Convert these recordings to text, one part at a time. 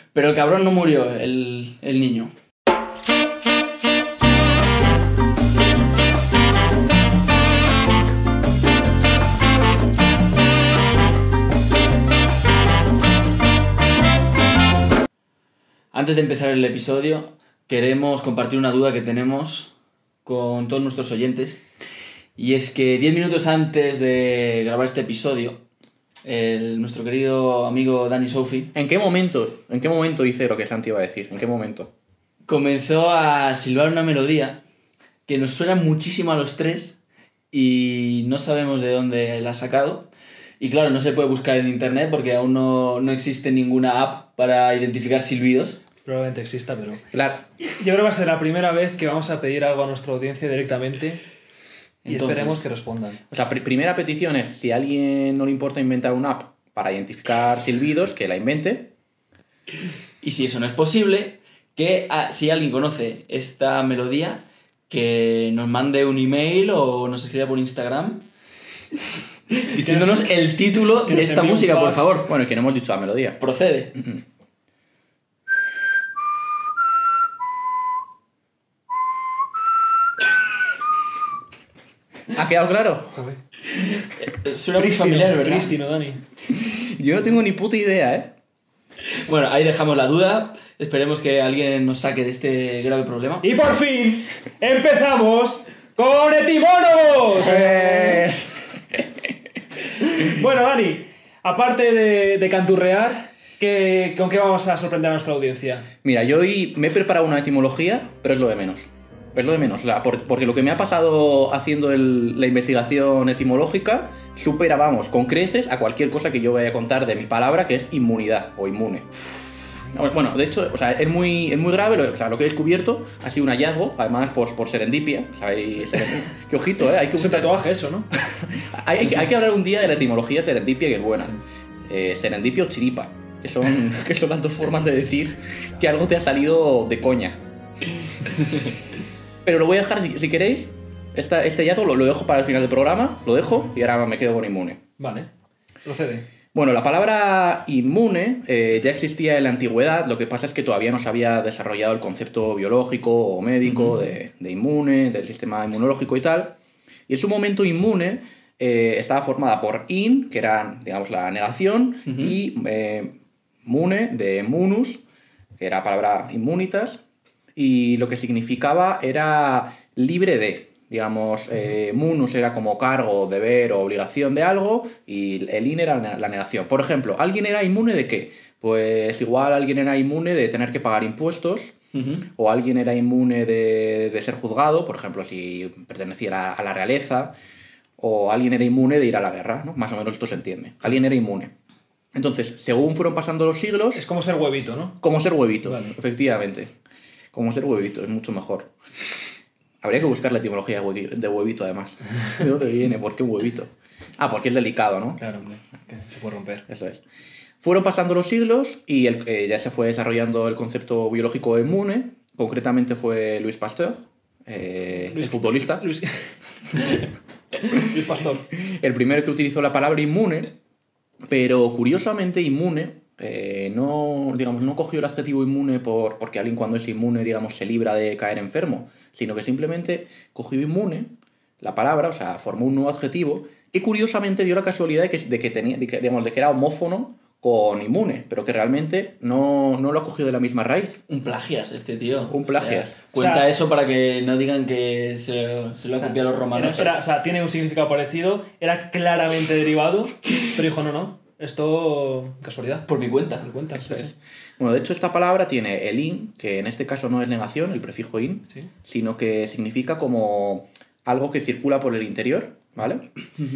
Pero el cabrón no murió, el niño. Antes de empezar el episodio, queremos compartir una duda que tenemos con todos nuestros oyentes. Y es que 10 minutos antes de grabar este episodio, nuestro querido amigo Dani Sofi... ¿En qué momento hice lo que Santi iba a decir? ¿En qué momento? Comenzó a silbar una melodía que nos suena muchísimo a los tres y no sabemos de dónde la ha sacado. Y claro, no se puede buscar en internet porque aún no existe ninguna app para identificar silbidos. Probablemente exista, pero... Claro. Yo creo que va a ser la primera vez que vamos a pedir algo a nuestra audiencia directamente y esperemos que respondan. O sea, primera petición es, si a alguien no le importa inventar una app para identificar silbidos, que la invente. Y si eso no es posible, que si alguien conoce esta melodía, que nos mande un email o nos escriba por Instagram diciéndonos el título de esta música, por favor. Bueno, y que no hemos dicho la melodía. Procede. ¿Ha quedado claro? Joder. Suena muy familiar, ¿verdad? Prístino, Dani. Yo no tengo ni puta idea, ¿eh? Bueno, ahí dejamos la duda. Esperemos que alguien nos saque de este grave problema. Y por fin, empezamos con etimólogos. Bueno, Dani, aparte de canturrear, ¿con qué vamos a sorprender a nuestra audiencia? Mira, yo hoy me he preparado una etimología, pero es lo de menos. Es lo de menos, o sea, porque lo que me ha pasado haciendo la investigación etimológica supera, vamos, con creces a cualquier cosa que yo vaya a contar de mi palabra, que es inmunidad o inmune. Bueno, de hecho, o sea, es muy grave, o sea, lo que he descubierto ha sido un hallazgo, además por serendipia, ¿sabéis? Qué ojito, ¿eh? Hay que Es un tatuaje eso, ¿no? hay que hablar un día de la etimología serendipia, que es buena. Sí. Serendipia o chiripa, que son las dos formas de decir que algo te ha salido de coña. Pero lo voy a dejar, si queréis, este hallazgo lo dejo para el final del programa, lo dejo y ahora me quedo con inmune. Vale, procede. Bueno, la palabra inmune ya existía en la antigüedad, lo que pasa es que todavía no se había desarrollado el concepto biológico o médico de inmune, del sistema inmunológico y tal. Y en su momento inmune estaba formada por in, que era, digamos, la negación, y mune, de munus, que era palabra inmunitas, y lo que significaba era libre de, digamos, munus era como cargo, deber o obligación de algo, y el in era la negación. Por ejemplo, ¿alguien era inmune de qué? Pues igual alguien era inmune de tener que pagar impuestos, o alguien era inmune de ser juzgado, por ejemplo, si perteneciera a la realeza, o alguien era inmune de ir a la guerra, ¿no? Más o menos esto se entiende. Alguien era inmune. Entonces, según fueron pasando los siglos... Es como ser huevito, ¿no? Como ser huevito, vale. Efectivamente. Como ser huevito, es mucho mejor. Habría que buscar la etimología de huevito, además. ¿De dónde viene? ¿Por qué un huevito? Ah, porque es delicado, ¿no? Claro, hombre, que se puede romper. Eso es. Fueron pasando los siglos y ya se fue desarrollando el concepto biológico de inmune. Concretamente fue Louis Pasteur, el futbolista. Luis Pastor. El primero que utilizó la palabra inmune, pero curiosamente inmune... no cogió el adjetivo inmune porque alguien cuando es inmune, digamos, se libra de caer enfermo, sino que simplemente cogió inmune, la palabra, o sea, formó un nuevo adjetivo, que curiosamente dio la casualidad de que era homófono con inmune, pero que realmente no lo ha cogido de la misma raíz. Un plagias este tío. Un plagias. O sea, cuenta eso para que no digan que se lo ha copiado a los romanos. O sea, tiene un significado parecido, era claramente derivado, pero dijo, no, esto casualidad. Por mi cuenta. Por mi cuenta, Eso es. Bueno, de hecho esta palabra tiene el in, que en este caso no es negación, el prefijo in, ¿sí? Sino que significa como algo que circula por el interior, ¿vale?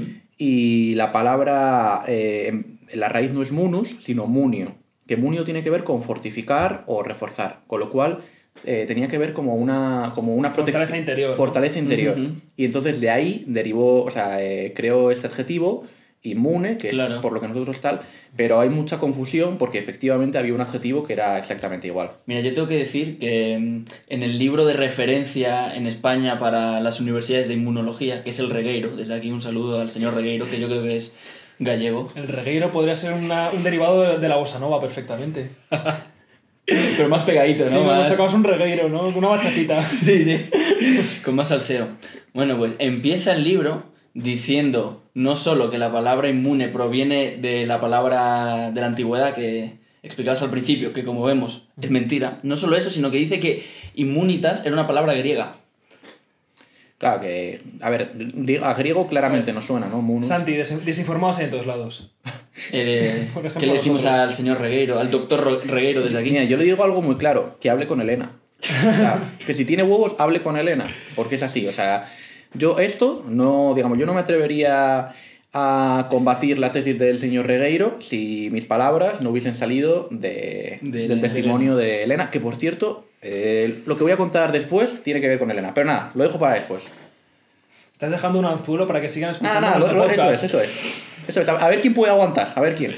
Y la palabra, la raíz no es munus, sino munio, que munio tiene que ver con fortificar o reforzar, con lo cual tenía que ver como una fortaleza interior. Fortaleza interior. Y entonces de ahí derivó, o sea, creó este adjetivo inmune, que claro, es por lo que nosotros tal, pero hay mucha confusión porque efectivamente había un adjetivo que era exactamente igual. Mira, yo tengo que decir que en el libro de referencia en España para las universidades de inmunología, que es el Regueiro, desde aquí un saludo al señor Regueiro, que yo creo que es gallego. El Regueiro podría ser un derivado de la bossa nova perfectamente. Pero más pegadito, ¿no? Sí, nos Más... tocamos un regueiro, ¿no? Una bachatita. Sí, sí. Con más salseo. Bueno, pues empieza el libro diciendo no solo que la palabra inmune proviene de la palabra de la antigüedad que explicabas al principio, que como vemos es mentira. No solo eso, sino que dice que inmunitas era una palabra griega. Claro que... A ver, a griego claramente no suena, ¿no? Mono. Santi, desinformados en todos lados. Por ejemplo, ¿Qué le decimos nosotros. al señor Regueiro, al doctor Regueiro desde aquí? Mira, yo le digo algo muy claro, que hable con Elena. O sea, que si tiene huevos, hable con Elena, porque es así. O sea, yo esto, no, digamos, yo no me atrevería a combatir la tesis del señor Regueiro si mis palabras no hubiesen salido del testimonio de Elena, que por cierto, lo que voy a contar después tiene que ver con Elena. Pero nada, lo dejo para después. Estás dejando un anzuelo para que sigan escuchando Nada, nuestro podcast. eso es. A ver quién puede aguantar, a ver quién.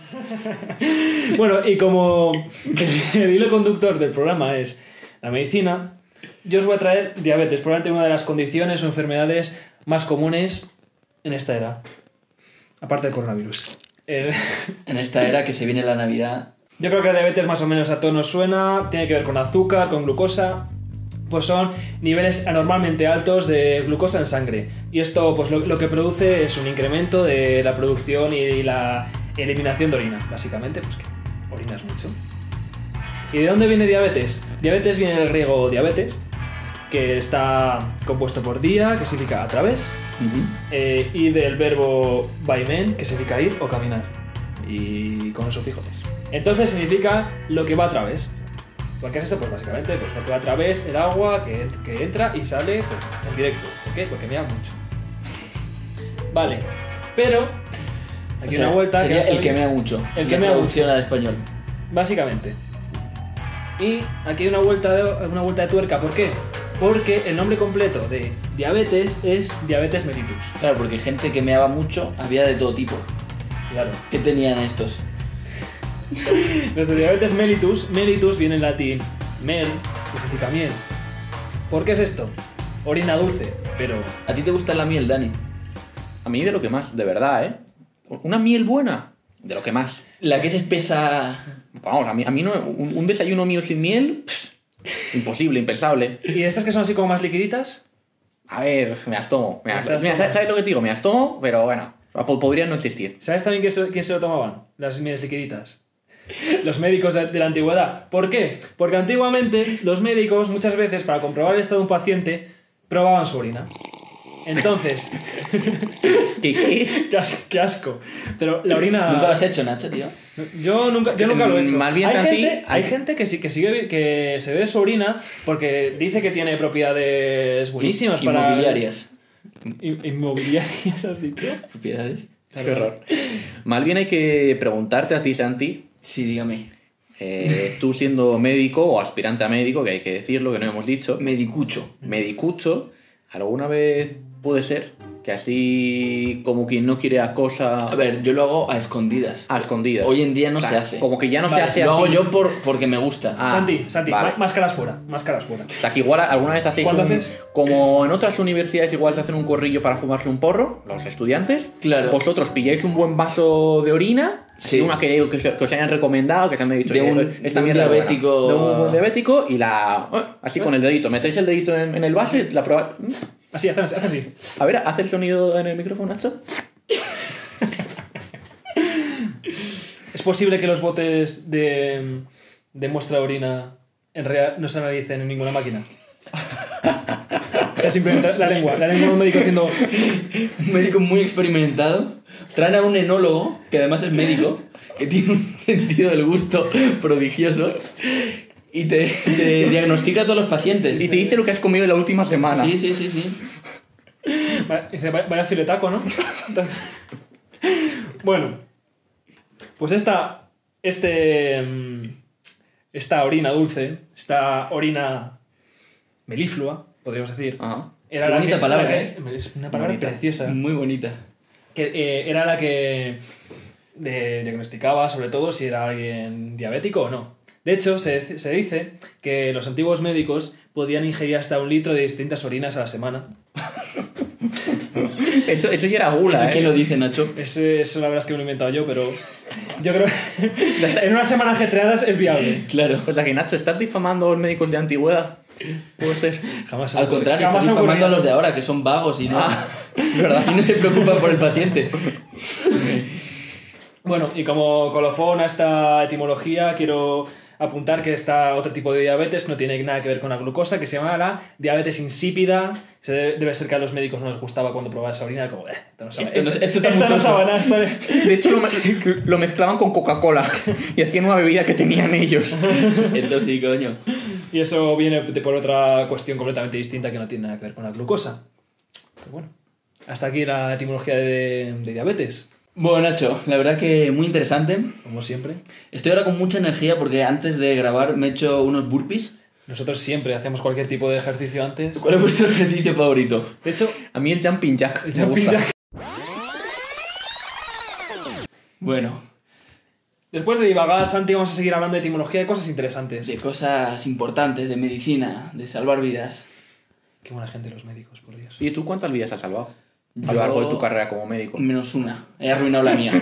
Bueno, y como el hilo conductor del programa es la medicina, yo os voy a traer diabetes, probablemente una de las condiciones o enfermedades más comunes en esta era, aparte del coronavirus. En esta era que se viene la Navidad. Yo creo que la diabetes más o menos a todos nos suena, tiene que ver con azúcar, con glucosa, pues son niveles anormalmente altos de glucosa en sangre. Y esto pues lo que produce es un incremento de la producción y la eliminación de orina, básicamente, pues que orinas mucho. ¿Y de dónde viene diabetes? Diabetes viene del griego diabetes, que está compuesto por dia, que significa a través, y del verbo vaimen, que significa ir o caminar, y con los sufijos. Entonces significa lo que va a través. ¿Por qué es esto? Pues básicamente pues lo que va a través, el agua que entra y sale pues, en directo. ¿Por qué? Porque me da mucho. Vale, pero aquí O sea, una vuelta sería que no el que sabéis. mea mucho. El que La mea traducción al español. Básicamente. Y aquí hay una vuelta de tuerca. ¿Por qué? Porque el nombre completo de diabetes es diabetes mellitus. Claro, porque gente que meaba mucho había de todo tipo. Claro. ¿Qué tenían estos? Los de diabetes mellitus viene en latín mel, que significa miel. ¿Por qué es esto? Orina dulce, pero ¿A ti te gusta la miel, Dani? A mí de lo que más, de verdad, ¿eh? Una miel buena, de lo que más. La que es espesa... Vamos, a mí no, un desayuno mío sin miel, imposible, impensable. ¿y estas que son así como más liquiditas? A ver, me las tomo. Mira, ¿Sabes lo que te digo? Me las tomo, pero bueno, podrían no existir. ¿Sabes también quién se lo tomaban? Las mieles liquiditas. Los médicos de la antigüedad. ¿Por qué? Porque antiguamente los médicos muchas veces para comprobar el estado de un paciente probaban su orina. Entonces, ¿Qué? qué asco. Pero la orina... ¿Nunca lo has hecho, Nacho, tío? Yo nunca lo he hecho. Más bien, hay Santi, gente, hay gente que sí que sigue que se bebe su orina porque dice que tiene propiedades buenísimas para... Inmobiliarias. Inmobiliarias, ¿has dicho? ¿Propiedades? Qué horror. Más bien hay que preguntarte a ti, Santi, Sí, dígame. tú siendo médico o aspirante a médico, que hay que decirlo, que no hemos dicho, Medicucho. medicucho, ¿alguna vez puede ser que así como quien no quiere a cosa A ver, yo lo hago a escondidas. a escondidas? Hoy en día no O sea, se hace. Como que ya no Vale, se hace Lo hago así. yo porque me gusta. Ah, Santi, vale. máscaras fuera, máscaras fuera. O sea, que igual alguna vez hacéis ¿Cuándo un... haces? Como en otras universidades igual se hacen un corrillo para fumarse un porro, los estudiantes. Claro. Vosotros pilláis un buen vaso de orina, Sí. de una que os hayan recomendado, que te han dicho De "Oye, un- esta de un mierda es buena". diabético. De un buen diabético y así con el dedito. Metéis el dedito en el vaso y la probáis. Así, hacen así. A ver, haz el sonido en el micrófono, Nacho. ¿Es posible que los botes de muestra de orina en realidad no se analicen en ninguna máquina? O sea, simplemente la lengua de un médico haciendo... Un médico muy experimentado. Traen a un enólogo, que además es médico, que tiene un sentido del gusto prodigioso. Y te diagnostica a todos los pacientes. Y te dice lo que has comido en la última semana. Sí, sí, sí, sí. Dice, vaya filetaco, ¿no? Bueno, pues esta orina dulce, esta orina meliflua, podríamos decir. Ajá. Era Qué la bonita palabra, Es una palabra Bonita. preciosa. Muy bonita. Que era la que diagnosticaba sobre todo si era alguien diabético o no. De hecho, se dice que los antiguos médicos podían ingerir hasta 1 litro de distintas orinas a la semana. Eso ya era gula, ¿Eso ¿eh? quién lo dice, Nacho? Eso la verdad es que me lo he inventado yo, pero Yo creo que en una semana ajetreadas es viable. Claro. O sea que, Nacho, ¿estás difamando a los médicos de antigüedad? Puede ser. Jamás se Al me ocurre- contrario, jamás están se me difamando a ocurriría. los de ahora, que son vagos y no, ¿Verdad? y no se preocupan por el paciente. Bueno, y como colofón a esta etimología, quiero apuntar que está otro tipo de diabetes, no tiene nada que ver con la glucosa, que se llama la diabetes insípida. Debe ser que a los médicos no les gustaba cuando probaban esa orina, como, esto no sabe, Esto está muy no soso". sabe nada, esto De hecho, lo mezclaban con Coca-Cola y hacían una bebida que tenían ellos. Entonces sí, coño. Y eso viene por otra cuestión completamente distinta que no tiene nada que ver con la glucosa. Pero bueno, hasta aquí la etimología de diabetes, Bueno, Nacho, la verdad que muy interesante. como siempre. Estoy ahora con mucha energía porque antes de grabar me he hecho unos burpees. Nosotros siempre hacemos cualquier tipo de ejercicio antes. ¿Cuál es vuestro ejercicio favorito? De hecho, A mí el jumping jack. el me jumping gusta. jack. Bueno, Después de divagar, Santi, vamos a seguir hablando de etimología de cosas interesantes. de cosas importantes, de medicina, de salvar vidas. Qué buena gente los médicos, por Dios. ¿Y tú cuántas vidas has salvado? A Yo- lo largo de tu carrera como médico. Menos una. He arruinado la mía.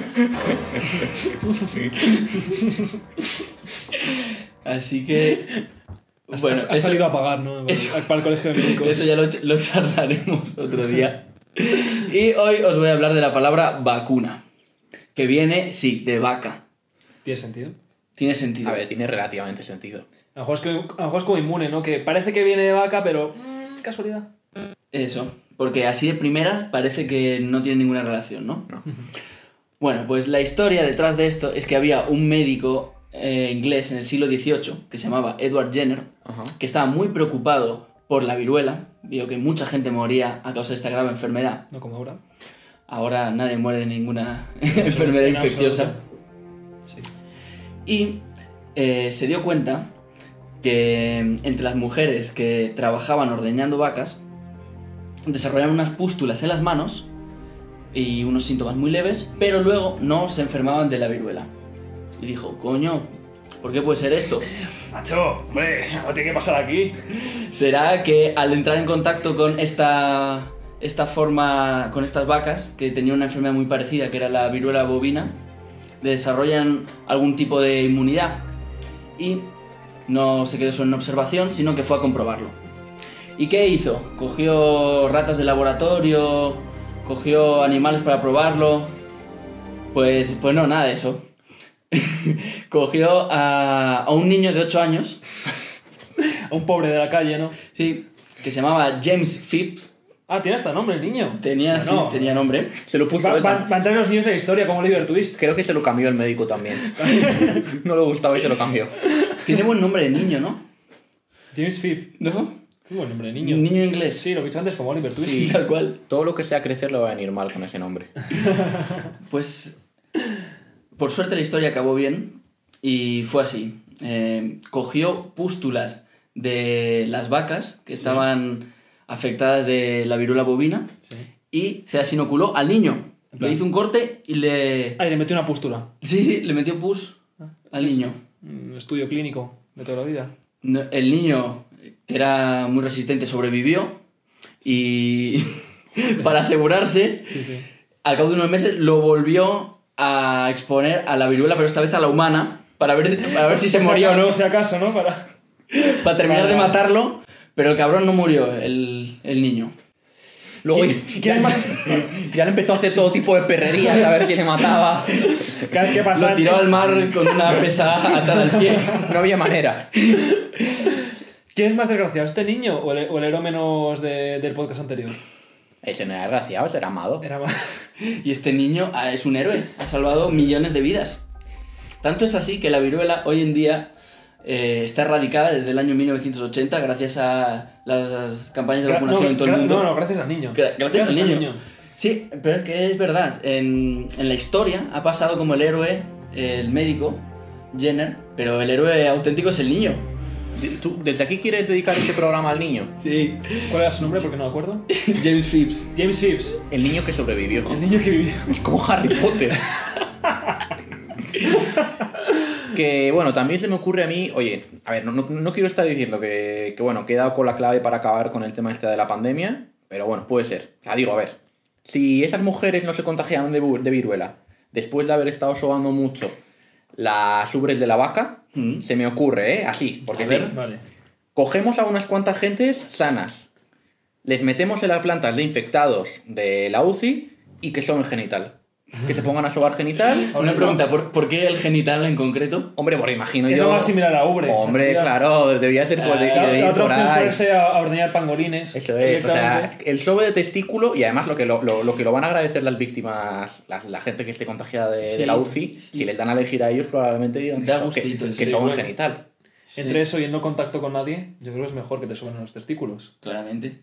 Así que... Has eso- salido a pagar, ¿no? eso- Para el colegio de médicos. Eso ya lo charlaremos otro día. Y hoy os voy a hablar de la palabra vacuna. Que viene, sí, de vaca. ¿Tiene sentido? Tiene sentido. A ver, tiene relativamente sentido. A lo mejor es como inmune, ¿no? Que parece que viene de vaca, pero... casualidad. Eso. Porque así de primeras parece que no tiene ninguna relación, ¿no? No. Bueno, pues la historia detrás de esto es que había un médico inglés en el siglo XVIII que se llamaba Edward Jenner, Ajá. que estaba muy preocupado por la viruela. Vio que mucha gente moría a causa de esta grave enfermedad. No como ahora. Ahora nadie muere de ninguna enfermedad En infecciosa. absoluto. Sí. Y se dio cuenta que entre las mujeres que trabajaban ordeñando vacas desarrollaban unas pústulas en las manos y unos síntomas muy leves, pero luego no se enfermaban de la viruela. Y dijo, coño, ¿por qué puede ser esto? Macho, hombre, algo tiene que pasar aquí. ¿Será que al entrar en contacto con esta forma, con estas vacas, que tenían una enfermedad muy parecida, que era la viruela bovina, desarrollan algún tipo de inmunidad? Y no se quedó solo en observación, sino que fue a comprobarlo. ¿Y qué hizo? Cogió ratas de laboratorio, cogió animales para probarlo. Pues no, nada de eso. Cogió a un niño de 8 años, A un pobre de la calle, ¿no? sí, que se llamaba James Phipps. Ah, tiene hasta nombre el niño. Tenía, Bueno, sí, tenía nombre. Se lo puso Va, él va- también. va a entrar en los niños de la historia como Oliver Twist. Creo que se lo cambió el médico también. No le gustaba y se lo cambió. Tiene buen nombre de niño, ¿no? James Phipp. ¿No? Qué buen nombre de niño. Un niño inglés. Sí, lo que he dicho antes como Oliver Twist. Sí, tal cual. Todo lo que sea crecer le va a venir mal con ese nombre. Pues, por suerte la historia acabó bien y fue así. Cogió pústulas de las vacas que estaban afectadas de la viruela bovina Sí. y se las inoculó al niño. En plan- Le hizo un corte y le... Ah, y le metió una pústula. Sí, le metió pus al niño. Un estudio clínico de toda la vida. No, el niño, que era muy resistente, sobrevivió y para asegurarse, Sí, sí. al cabo de unos meses lo volvió a exponer a la viruela, pero esta vez a la humana, para ver si se moría o no, Por si acaso, ¿no? para terminar de Vale. matarlo, pero el cabrón no murió, el niño. Luego ¿Quién más? ya le empezó a hacer todo tipo de perrerías a ver si le mataba. Cada vez que pasa... Lo tiró al mar con una pesa atada al pie. No había manera. ¿Quién es más desgraciado, este niño o el héroe menos del podcast anterior? Ese no era desgraciado, ese era amado. Era más... Y este niño es un héroe, ha salvado millones de vidas. Tanto es así que la viruela hoy en día está erradicada desde el año 1980 gracias a las campañas de vacunación en todo el mundo. No, gracias al niño. Gracias al niño. Sí, pero es que es verdad. En la historia ha pasado como el héroe, el médico, Jenner, pero el héroe auténtico es el niño. ¿Tú desde aquí quieres dedicar este programa al niño? Sí. ¿Cuál era su nombre? Porque no me acuerdo. James Phipps. James Phipps. El niño que sobrevivió. El niño que vivió. Como Harry Potter. Que bueno, también se me ocurre a mí, oye, a ver, no quiero estar diciendo que bueno, que he dado con la clave para acabar con el tema este de la pandemia, pero bueno, puede ser. O sea, digo, a ver, si esas mujeres no se contagiaron de viruela después de haber estado sobando mucho las ubres de la vaca. Se me ocurre, así, porque A sí. ver. Vale. Cogemos a unas cuantas gentes sanas, les metemos en las plantas de infectados de la UCI y que son genital. Que se pongan a sobar genital. Una pregunta, ¿por qué el genital en concreto? Hombre, porque imagino Es yo... lo más similar a ubre. Hombre, Ya. claro, debía ser por, de La ir otra por opción es ahí. ponerse a ordeñar pangolines. Eso es, o sea, directamente. el sobe de testículo y además lo que lo van a agradecer las víctimas, la gente que esté contagiada de Sí, la UCI, sí. si les dan a elegir a ellos probablemente digan que Da son, gustito, que sí, son bueno. genital. Entre eso y el no contacto con nadie, yo creo que es mejor que te suben los testículos. Claramente.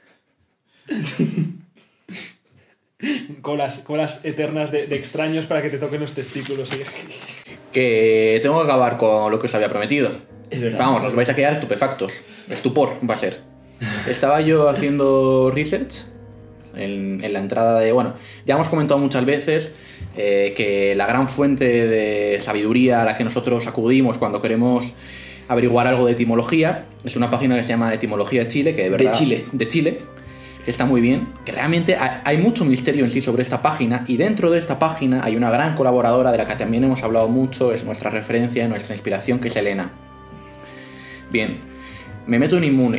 Colas eternas de extraños para que te toquen los testículos. ¿Sí? Que tengo que acabar con lo que os había prometido. Es verdad. Vamos, os vais a quedar estupefactos. Estupor va a ser. Estaba yo haciendo research en la entrada de... Bueno, ya hemos comentado muchas veces que la gran fuente de sabiduría a la que nosotros acudimos cuando queremos averiguar algo de etimología es una página que se llama Etimología Chile, que de verdad... De Chile, que está muy bien, que realmente hay mucho misterio en sí sobre esta página, y dentro de esta página hay una gran colaboradora de la que también hemos hablado mucho, es nuestra referencia, nuestra inspiración, que es Elena. Bien, me meto en Inmune.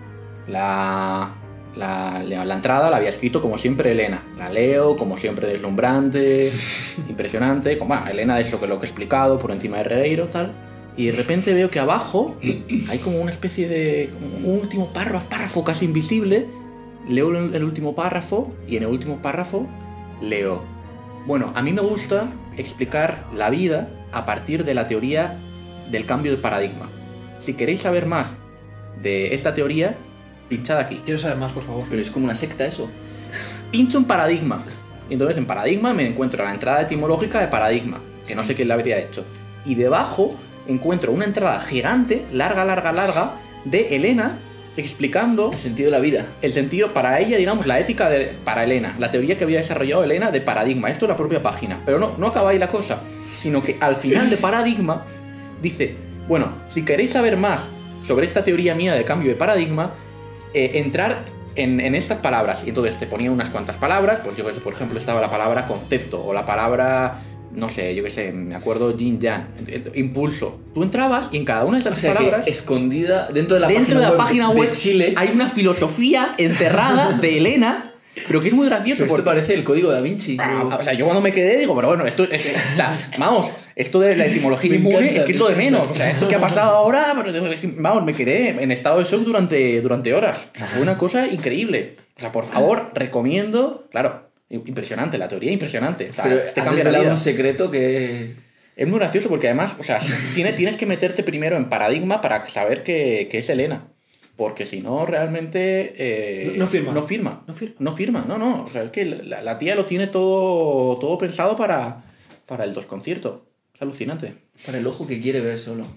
La entrada la había escrito como siempre Elena. La leo, como siempre, deslumbrante, impresionante. Bueno, Elena es lo que he explicado, por encima de Regueiro, tal. Y de repente veo que abajo hay como una especie de... un último párrafo casi invisible. Leo el último párrafo y en el último párrafo leo: bueno, a mí me gusta explicar la vida a partir de la teoría del cambio de paradigma. Si queréis saber más de esta teoría, pinchad aquí. Quiero saber más, por favor. Pero es como una secta eso. Pincho en paradigma. Y entonces en paradigma me encuentro la entrada etimológica de paradigma, que no sé quién la habría hecho. Y debajo encuentro una entrada gigante, larga, de Elena explicando El sentido de la vida. el sentido para ella, digamos, la ética para Elena, la teoría que había desarrollado Elena de paradigma. Esto es la propia página. Pero no acaba ahí la cosa, sino que al final de paradigma dice: bueno, si queréis saber más sobre esta teoría mía de cambio de paradigma, entrar en estas palabras. Y entonces te ponía unas cuantas palabras, pues yo que sé, por ejemplo, estaba la palabra concepto, o la palabra, no sé, yo que sé, me acuerdo, yin yang, impulso. Tú entrabas y en cada una de O esas sea, palabras... que escondida dentro de la página web de Chile. hay una filosofía enterrada de Elena, pero que es muy gracioso. Pero esto porque... parece el código da Vinci. O sea, yo cuando me quedé digo, pero bueno, esto o sea, vamos, esto de la etimología Me inmune encanta, es que es lo de me menos. encanta. O sea, esto que ha pasado ahora, pero vamos, me quedé en estado de shock durante horas. O sea, fue una cosa increíble. O sea, por favor, recomiendo, claro, impresionante, la teoría impresionante. O sea, Pero te has cambia la revelado vida. un secreto que... Es muy gracioso porque además, o sea, tienes que meterte primero en paradigma para saber que es Elena. Porque si no, realmente... No firma. No firma. No. O sea, es que la tía lo tiene todo pensado para el desconcierto. Es alucinante. Para el ojo que quiere ver solo.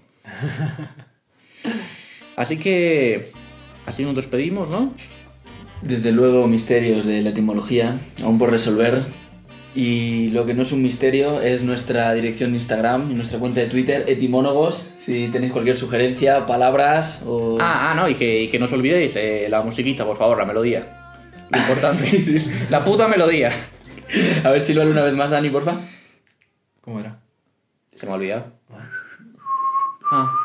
Así que... Así nos despedimos, ¿no? Desde luego, misterios de la etimología, aún por resolver. Y lo que no es un misterio es nuestra dirección de Instagram y nuestra cuenta de Twitter, etimónogos. Si tenéis cualquier sugerencia, palabras o... No, y que no os olvidéis la musiquita, por favor, la melodía. Lo importante. La puta melodía. A ver si lo haré una vez más, Dani, porfa. ¿Cómo era? Se me ha olvidado. Ah.